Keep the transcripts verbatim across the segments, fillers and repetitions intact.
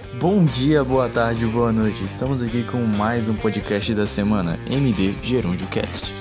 Bom dia, boa tarde, boa noite. Estamos aqui com mais um podcast da semana, M D Gerúndio Cast.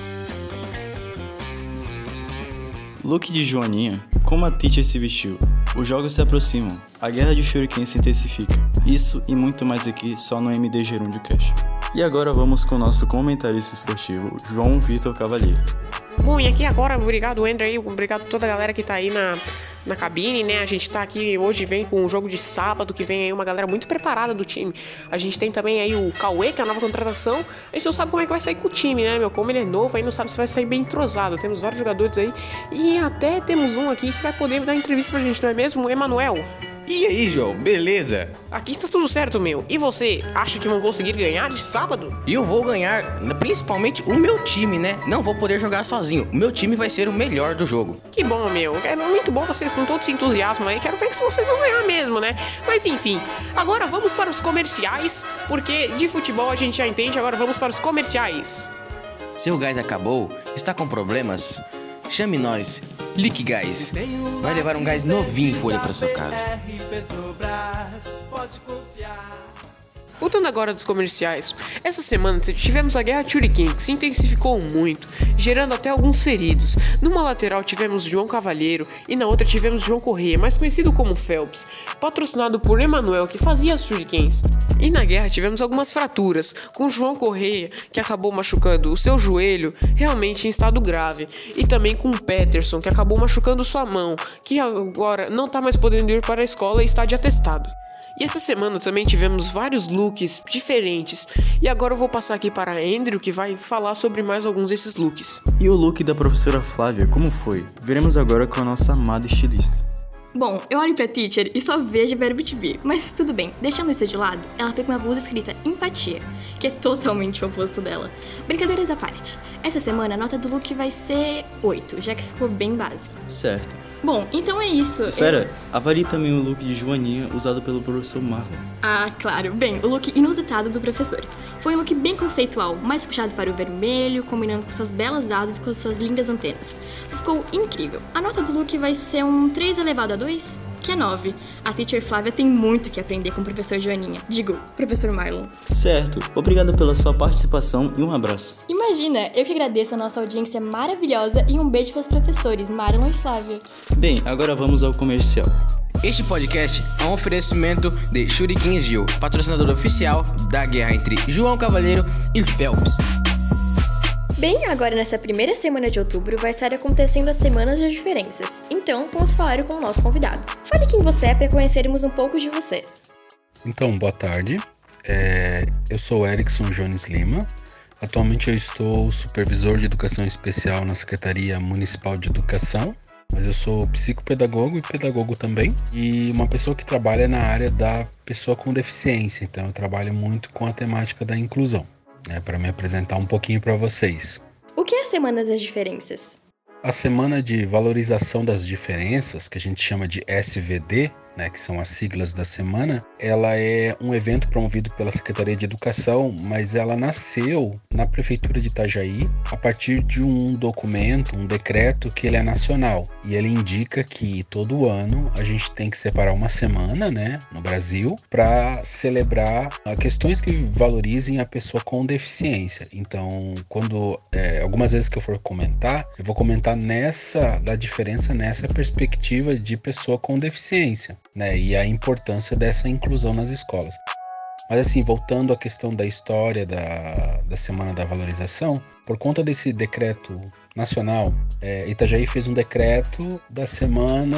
Look de Joaninha, como a teacher se vestiu. Os jogos se aproximam, a guerra de Shuriken se intensifica. Isso e muito mais aqui só no M D Gerúndio Cast. E agora vamos com o nosso comentarista esportivo, João Vitor Cavalheiro. Bom, e aqui agora, obrigado André, obrigado a toda a galera que tá aí na, na cabine, né? A gente tá aqui hoje, vem com o jogo de sábado, que vem aí uma galera muito preparada do time. A gente tem também aí o Cauê, que é a nova contratação. A gente não sabe como é que vai sair com o time, né, meu? Como ele é novo, aí não sabe se vai sair bem entrosado. Temos vários jogadores aí e até temos um aqui que vai poder dar entrevista pra gente, não é mesmo? O Emanuel. E aí, João, beleza? Aqui está tudo certo, meu. E você, acha que vão conseguir ganhar de sábado? E eu vou ganhar, principalmente o meu time, né? Não vou poder jogar sozinho. O meu time vai ser o melhor do jogo. Que bom, meu. É muito bom vocês com todo esse entusiasmo aí. Quero ver se vocês vão ganhar mesmo, né? Mas enfim, agora vamos para os comerciais, porque de futebol a gente já entende, agora vamos para os comerciais. Seu gás acabou? Está com problemas? Chame nós, Liquigás. Vai levar um gás novinho em folha para sua casa. Voltando agora dos comerciais, essa semana tivemos a guerra Shuriken, que se intensificou muito, gerando até alguns feridos. Numa lateral tivemos João Cavalheiro e na outra tivemos João Correia, mais conhecido como Phelps, patrocinado por Emanuel, que fazia as Shurikens. E na guerra tivemos algumas fraturas, com João Correia, que acabou machucando o seu joelho, realmente em estado grave, e também com o Peterson, que acabou machucando sua mão, que agora não está mais podendo ir para a escola e está de atestado. E essa semana também tivemos vários looks diferentes. E agora eu vou passar aqui para Andrew, que vai falar sobre mais alguns desses looks. E o look da professora Flávia, como foi? Veremos agora com a nossa amada estilista. Bom, eu olho pra teacher e só vejo verbo to be, mas tudo bem, deixando isso de lado, ela foi com uma blusa escrita empatia, que é totalmente o oposto dela. Brincadeiras à parte, essa semana a nota do look vai ser oito, já que ficou bem básico. Certo. Bom, então é isso. Espera, eu... avalie também o look de Joaninha usado pelo professor Marlon. Ah, claro. Bem, o look inusitado do professor. Foi um look bem conceitual, mais puxado para o vermelho, combinando com suas belas asas e com suas lindas antenas. Ficou incrível. A nota do look vai ser um três elevado a dois, que é nove. A teacher Flávia tem muito que aprender com o professor Joaninha. Digo, professor Marlon. Certo. Obrigado pela sua participação e um abraço. Imagina, eu que agradeço a nossa audiência maravilhosa e um beijo para os professores Marlon e Flávia. Bem, agora vamos ao comercial. Este podcast é um oferecimento de Shuriken Gil, patrocinador oficial da guerra entre João Cavalheiro e Phelps. Bem, agora nessa primeira semana de outubro vai estar acontecendo as Semanas das Diferenças. Então, vamos falar com o nosso convidado. Fale quem você é para conhecermos um pouco de você. Então, boa tarde. É, eu sou Erickson Jones Lima. Atualmente eu estou supervisor de educação especial na Secretaria Municipal de Educação. Mas eu sou psicopedagogo e pedagogo também, e uma pessoa que trabalha na área da pessoa com deficiência, então eu trabalho muito com a temática da inclusão, né, para me apresentar um pouquinho para vocês. O que é a Semana das Diferenças? A Semana de Valorização das Diferenças, que a gente chama de S V D, né, que são as siglas da semana, ela é um evento promovido pela Secretaria de Educação, mas ela nasceu na Prefeitura de Itajaí a partir de um documento, um decreto que ele é nacional. E ele indica que todo ano a gente tem que separar uma semana, né, no Brasil, para celebrar questões que valorizem a pessoa com deficiência. Então, quando é, algumas vezes que eu for comentar, eu vou comentar nessa, da diferença nessa perspectiva de pessoa com deficiência, né, e a importância dessa inclusão nas escolas. Mas assim, voltando à questão da história da, da Semana da Valorização, por conta desse decreto nacional, é, Itajaí fez um decreto da Semana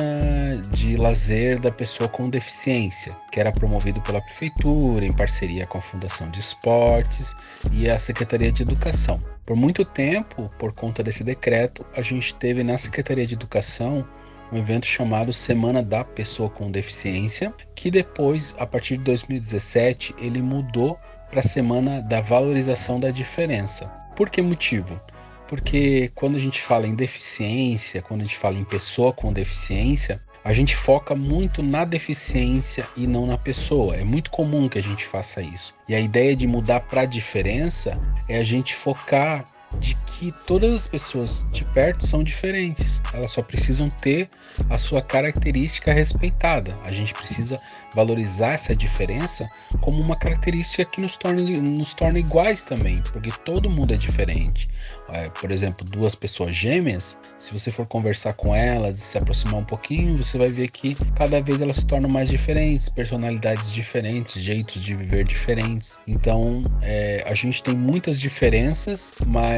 de Lazer da Pessoa com Deficiência, que era promovido pela Prefeitura, em parceria com a Fundação de Esportes e a Secretaria de Educação. Por muito tempo, por conta desse decreto, a gente teve na Secretaria de Educação um evento chamado Semana da Pessoa com Deficiência, que depois, a partir de dois mil e dezessete, ele mudou para a Semana da Valorização da Diferença. Por que motivo? Porque quando a gente fala em deficiência, quando a gente fala em pessoa com deficiência, a gente foca muito na deficiência e não na pessoa. É muito comum que a gente faça isso. E a ideia de mudar para a diferença é a gente focar de que todas as pessoas de perto são diferentes. Elas só precisam ter a sua característica respeitada. A gente precisa valorizar essa diferença como uma característica que nos torna, nos torna iguais também, porque todo mundo é diferente. É, por exemplo, duas pessoas gêmeas, se você for conversar com elas e se aproximar um pouquinho, você vai ver que cada vez elas se tornam mais diferentes, personalidades diferentes, jeitos de viver diferentes. Então, é, a gente tem muitas diferenças,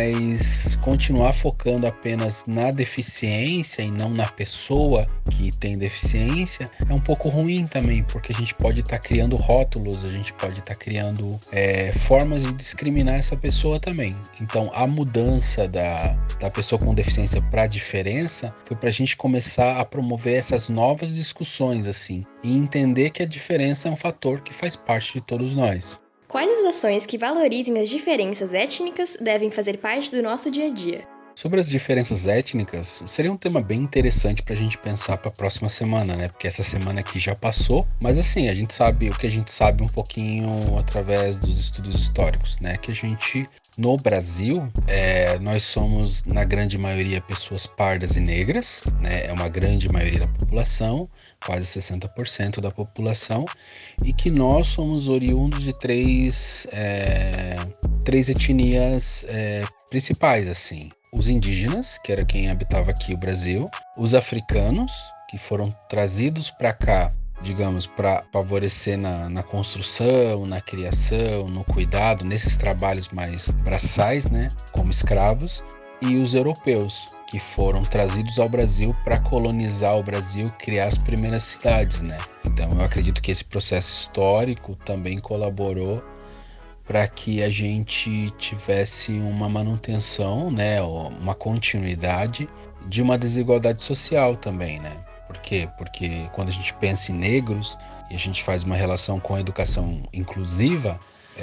mas continuar focando apenas na deficiência e não na pessoa que tem deficiência é um pouco ruim também, porque a gente pode estar tá criando rótulos, a gente pode estar tá criando é, formas de discriminar essa pessoa também. Então, a mudança da, da pessoa com deficiência para a diferença foi para a gente começar a promover essas novas discussões assim e entender que a diferença é um fator que faz parte de todos nós. Quais as ações que valorizem as diferenças étnicas devem fazer parte do nosso dia a dia? Sobre as diferenças étnicas, seria um tema bem interessante para a gente pensar para a próxima semana, né? Porque essa semana aqui já passou, mas assim, a gente sabe o que a gente sabe um pouquinho através dos estudos históricos, né? Que a gente, no Brasil, é, nós somos, na grande maioria, pessoas pardas e negras, né? É uma grande maioria da população, quase sessenta por cento da população, e que nós somos oriundos de três, é, três etnias é, principais, assim. Os indígenas, que era quem habitava aqui o Brasil, os africanos, que foram trazidos para cá, digamos, para favorecer na, na construção, na criação, no cuidado, nesses trabalhos mais braçais, né, como escravos, e os europeus, que foram trazidos ao Brasil para colonizar o Brasil, criar as primeiras cidades, né. Então eu acredito que esse processo histórico também colaborou para que a gente tivesse uma manutenção, né, uma continuidade de uma desigualdade social também, né? Por quê? Porque quando a gente pensa em negros e a gente faz uma relação com a educação inclusiva,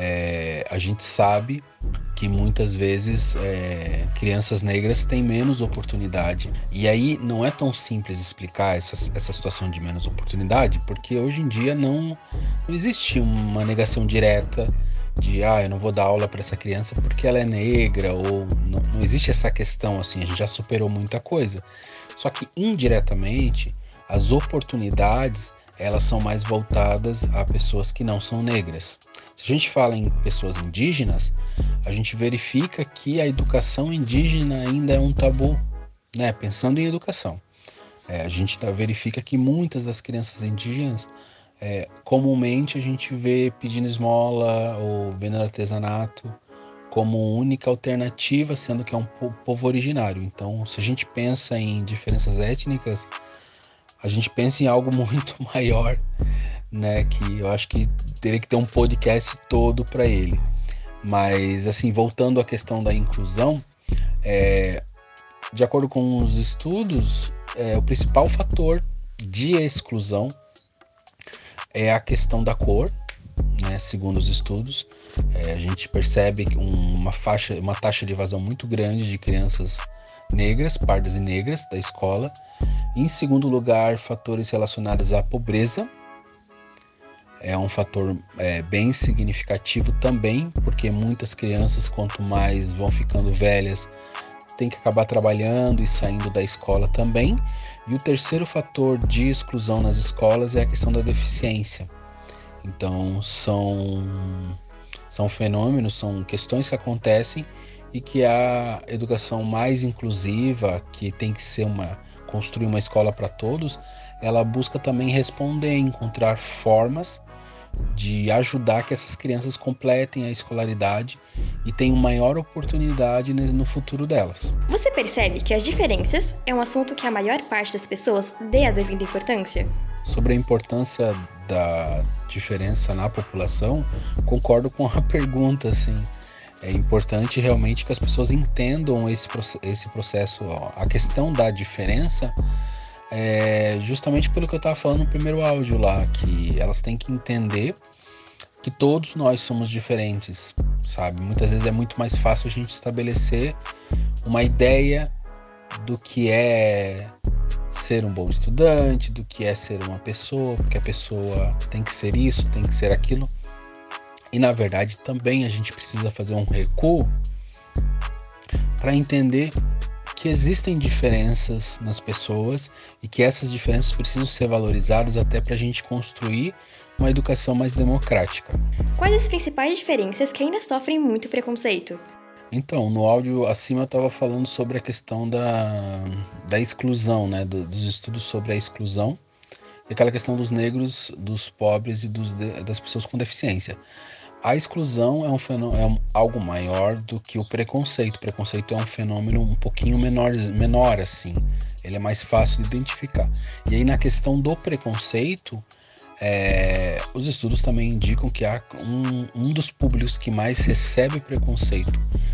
é, a gente sabe que muitas vezes é, crianças negras têm menos oportunidade. E aí não é tão simples explicar essa, essa situação de menos oportunidade, porque hoje em dia não, não existe uma negação direta de, ah, eu não vou dar aula para essa criança porque ela é negra, ou não, não existe essa questão assim, a gente já superou muita coisa. Só que indiretamente, as oportunidades, elas são mais voltadas a pessoas que não são negras. Se a gente fala em pessoas indígenas, a gente verifica que a educação indígena ainda é um tabu, né? Pensando em educação. É, a gente tá, verifica que muitas das crianças indígenas, É, comumente a gente vê pedindo esmola ou vendendo artesanato como única alternativa, sendo que é um povo originário. Então, se a gente pensa em diferenças étnicas, a gente pensa em algo muito maior, né? Que eu acho que teria que ter um podcast todo para ele. Mas, assim, voltando à questão da inclusão, é, de acordo com os estudos, é, o principal fator de exclusão é a questão da cor, né? Segundo os estudos, é, a gente percebe uma, faixa, uma taxa de evasão muito grande de crianças negras, pardas e negras da escola. Em segundo lugar, fatores relacionados à pobreza. É um fator é, bem significativo também, porque muitas crianças, quanto mais vão ficando velhas, têm que acabar trabalhando e saindo da escola também. E o terceiro fator de exclusão nas escolas é a questão da deficiência. Então, são, são fenômenos, são questões que acontecem e que a educação mais inclusiva, que tem que ser uma, construir uma escola para todos, ela busca também responder, encontrar formas de ajudar que essas crianças completem a escolaridade e tenham maior oportunidade no futuro delas. Você percebe que as diferenças é um assunto que a maior parte das pessoas dê a devida importância? Sobre a importância da diferença na população, concordo com a pergunta, assim. É importante realmente que as pessoas entendam esse, esse processo, ó, a questão da diferença, é justamente pelo que eu estava falando no primeiro áudio lá, que elas têm que entender que todos nós somos diferentes, sabe? Muitas vezes é muito mais fácil a gente estabelecer uma ideia do que é ser um bom estudante, do que é ser uma pessoa, porque a pessoa tem que ser isso, tem que ser aquilo. E na verdade também a gente precisa fazer um recuo para entender que existem diferenças nas pessoas e que essas diferenças precisam ser valorizadas até para a gente construir uma educação mais democrática. Quais as principais diferenças que ainda sofrem muito preconceito? Então, no áudio acima eu estava falando sobre a questão da, da exclusão, né, do, dos estudos sobre a exclusão, e aquela questão dos negros, dos pobres e dos, das pessoas com deficiência. A exclusão é, um fenômeno, é um, algo maior do que o preconceito. O preconceito é um fenômeno um pouquinho menor, menor assim, ele é mais fácil de identificar. E aí na questão do preconceito, é, os estudos também indicam que há um, um dos públicos que mais recebe preconceito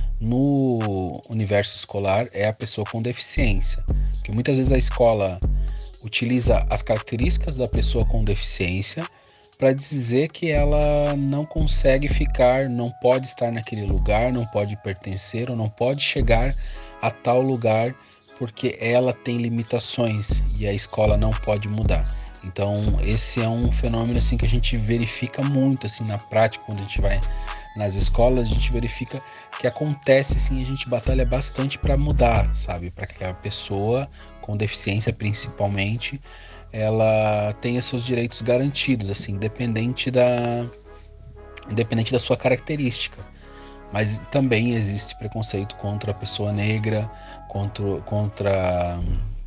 no universo escolar é a pessoa com deficiência, que muitas vezes a escola utiliza as características da pessoa com deficiência para dizer que ela não consegue ficar, não pode estar naquele lugar, não pode pertencer ou não pode chegar a tal lugar porque ela tem limitações e a escola não pode mudar. Então esse é um fenômeno assim que a gente verifica muito assim na prática quando a gente vai nas escolas, a gente verifica que acontece assim, a gente batalha bastante para mudar, sabe, para que a pessoa com deficiência principalmente ela tenha seus direitos garantidos, assim, independente da independente da sua característica. Mas também existe preconceito contra a pessoa negra, contra contra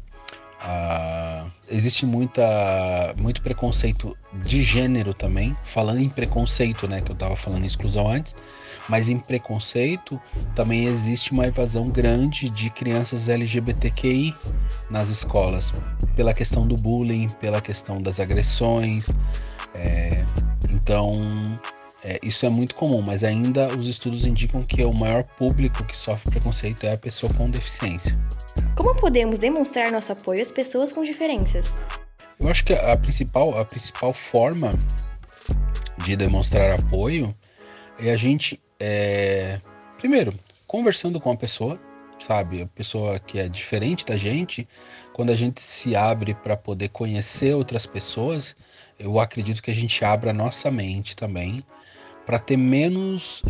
a, existe muita, muito preconceito de gênero também, falando em preconceito, né, que eu estava falando em exclusão antes, mas em preconceito também existe uma evasão grande de crianças L G B T Q I nas escolas, pela questão do bullying, pela questão das agressões, é, então é, isso é muito comum, mas ainda os estudos indicam que o maior público que sofre preconceito é a pessoa com deficiência. Como podemos demonstrar nosso apoio às pessoas com diferenças? Eu acho que a principal, a principal forma de demonstrar apoio é a gente, é, primeiro, conversando com a pessoa, sabe? A pessoa que é diferente da gente, quando a gente se abre para poder conhecer outras pessoas, eu acredito que a gente abra a nossa mente também para ter menos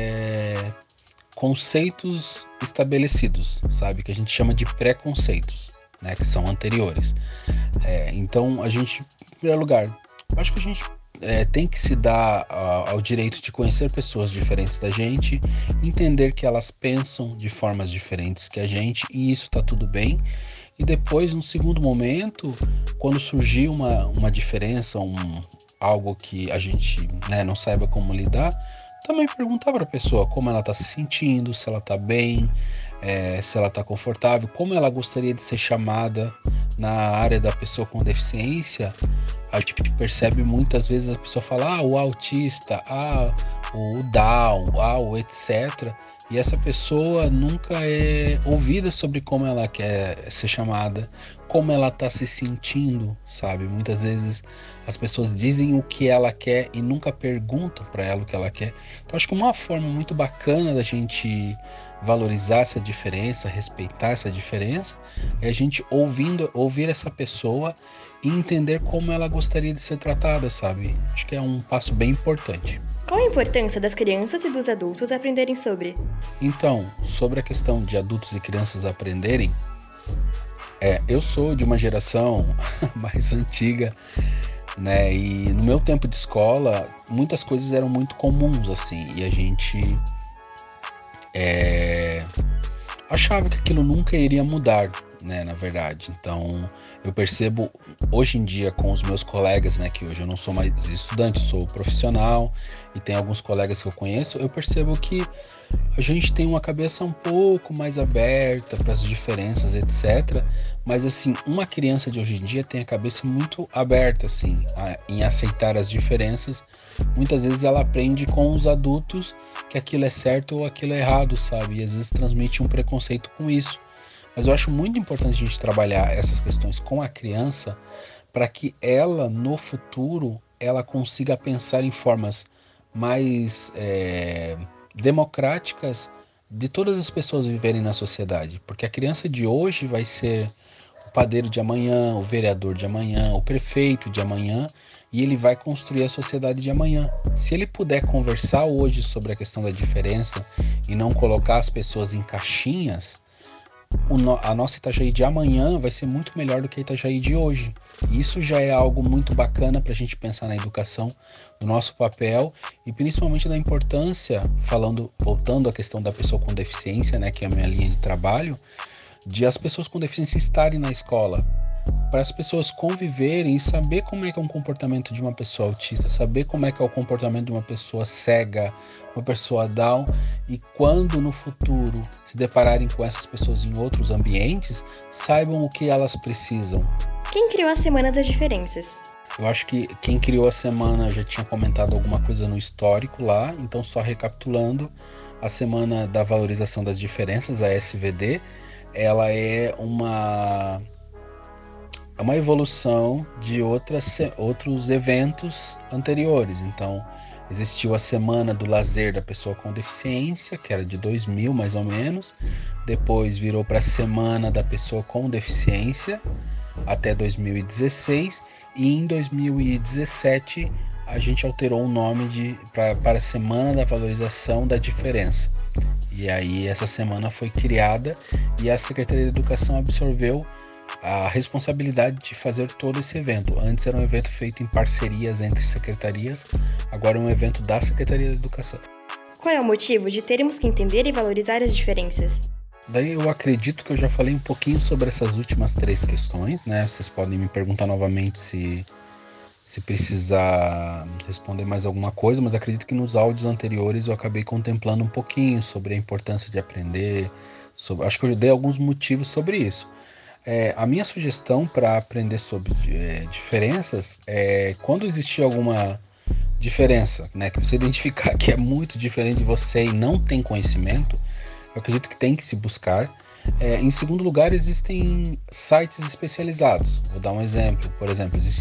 é, conceitos estabelecidos, sabe? Que a gente chama de preconceitos, né? Que são anteriores. É, então, a gente, em primeiro lugar, eu acho que a gente é, tem que se dar a, ao direito de conhecer pessoas diferentes da gente, entender que elas pensam de formas diferentes que a gente, e isso tá tudo bem. E depois, no segundo momento, quando surgir uma, uma diferença, um, algo que a gente, né, não saiba como lidar, também perguntar para a pessoa como ela está se sentindo, se ela está bem, é, se ela está confortável, como ela gostaria de ser chamada na área da pessoa com deficiência. A gente percebe muitas vezes a pessoa falar, ah, o autista, ah, o Down, ah, o etcétera. E essa pessoa nunca é ouvida sobre como ela quer ser chamada, como ela está se sentindo, sabe? Muitas vezes as pessoas dizem o que ela quer e nunca perguntam para ela o que ela quer. Então acho que uma forma muito bacana da gente valorizar essa diferença, respeitar essa diferença, é a gente ouvindo, ouvir essa pessoa e entender como ela gostaria de ser tratada, sabe? Acho que é um passo bem importante. Qual a importância das crianças e dos adultos aprenderem sobre? Então, sobre a questão de adultos e crianças aprenderem, é, eu sou de uma geração mais antiga, né? E no meu tempo de escola, muitas coisas eram muito comuns, assim, e a gente é, achava que aquilo nunca iria mudar, né? Na verdade, então eu percebo hoje em dia com os meus colegas, né, que hoje eu não sou mais estudante, sou profissional e tem alguns colegas que eu conheço, eu percebo que a gente tem uma cabeça um pouco mais aberta para as diferenças, etcétera. Mas assim, uma criança de hoje em dia tem a cabeça muito aberta assim, a, em aceitar as diferenças. Muitas vezes ela aprende com os adultos que aquilo é certo ou aquilo é errado, sabe? E às vezes transmite um preconceito com isso. Mas eu acho muito importante a gente trabalhar essas questões com a criança para que ela, no futuro, ela consiga pensar em formas mais é, democráticas de todas as pessoas viverem na sociedade. Porque a criança de hoje vai ser o padeiro de amanhã, o vereador de amanhã, o prefeito de amanhã, e ele vai construir a sociedade de amanhã. Se ele puder conversar hoje sobre a questão da diferença e não colocar as pessoas em caixinhas, o no, a nossa Itajaí de amanhã vai ser muito melhor do que a Itajaí de hoje. Isso já é algo muito bacana para a gente pensar na educação, no nosso papel e principalmente da importância, falando, voltando à questão da pessoa com deficiência, né, que é a minha linha de trabalho, de as pessoas com deficiência estarem na escola, para as pessoas conviverem e saber como é que é um comportamento de uma pessoa autista, saber como é que é o comportamento de uma pessoa cega, uma pessoa down, e quando no futuro se depararem com essas pessoas em outros ambientes, saibam o que elas precisam. Quem criou a Semana das Diferenças? Eu acho que quem criou a semana já tinha comentado alguma coisa no histórico lá, então só recapitulando, a Semana da Valorização das Diferenças, a S V D, ela é uma... é uma evolução de outras, outros eventos anteriores. Então, existiu a Semana do Lazer da Pessoa com Deficiência, que era de dois mil mais ou menos. Depois virou para a Semana da Pessoa com Deficiência, até dois mil e dezesseis. E em dois mil e dezessete, a gente alterou o nome de, pra, para a Semana da Valorização da Diferença. E aí essa semana foi criada e a Secretaria de Educação absorveu a responsabilidade de fazer todo esse evento. Antes era um evento feito em parcerias entre secretarias, agora é um evento da Secretaria de Educação. Qual é o motivo de termos que entender e valorizar as diferenças? Daí eu acredito que eu já falei um pouquinho sobre essas últimas três questões, né? Vocês podem me perguntar novamente se, se precisar responder mais alguma coisa, mas acredito que nos áudios anteriores eu acabei contemplando um pouquinho sobre a importância de aprender, sobre, acho que eu dei alguns motivos sobre isso. É, a minha sugestão para aprender sobre é, diferenças é quando existir alguma diferença, né, que você identificar que é muito diferente de você e não tem conhecimento, eu acredito que tem que se buscar. É, em segundo lugar, existem sites especializados. Vou dar um exemplo. Por exemplo, existem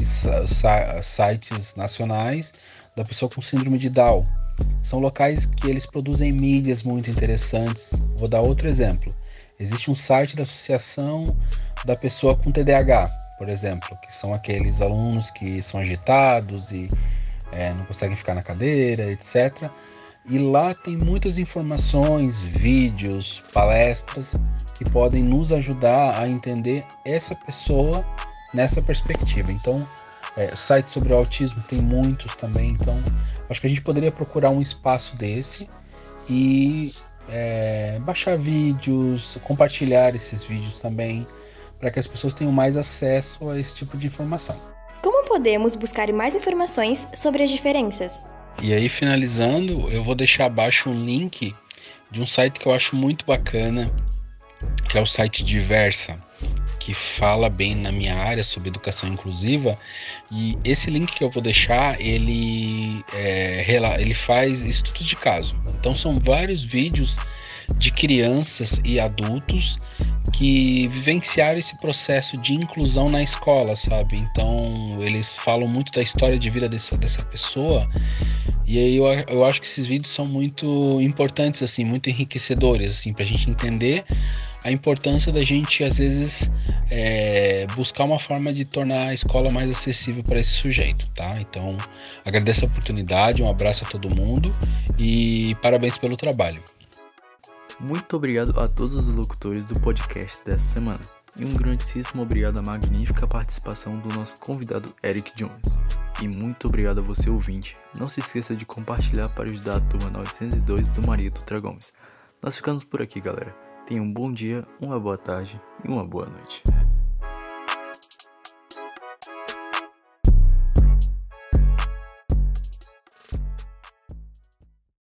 sites nacionais da pessoa com síndrome de Down. São locais que eles produzem mídias muito interessantes. Vou dar outro exemplo. Existe um site da Associação da Pessoa com T D A H, por exemplo, que são aqueles alunos que são agitados e é, não conseguem ficar na cadeira, etcétera. E lá tem muitas informações, vídeos, palestras que podem nos ajudar a entender essa pessoa nessa perspectiva. Então, é, sites sobre o autismo tem muitos também. Então, acho que a gente poderia procurar um espaço desse e é, baixar vídeos, compartilhar esses vídeos também, para que as pessoas tenham mais acesso a esse tipo de informação. Como podemos buscar mais informações sobre as diferenças? E aí, finalizando, eu vou deixar abaixo um link de um site que eu acho muito bacana, que é o site Diversa, que fala bem na minha área sobre educação inclusiva. E esse link que eu vou deixar, ele, é, ele faz estudos de caso. Então são vários vídeos de crianças e adultos que vivenciaram esse processo de inclusão na escola, sabe? Então eles falam muito da história de vida dessa, dessa pessoa. E aí eu, eu acho que esses vídeos são muito importantes, assim, muito enriquecedores, assim, pra gente entender a importância da gente, às vezes, é, buscar uma forma de tornar a escola mais acessível para esse sujeito, tá? Então, agradeço a oportunidade, um abraço a todo mundo e parabéns pelo trabalho. Muito obrigado a todos os locutores do podcast dessa semana. E um grandíssimo obrigado à magnífica participação do nosso convidado Eric Jones. E muito obrigado a você, ouvinte. Não se esqueça de compartilhar para ajudar a turma novecentos e dois do Maria Dutra Gomes. Nós ficamos por aqui, galera. Tenham um bom dia, uma boa tarde e uma boa noite.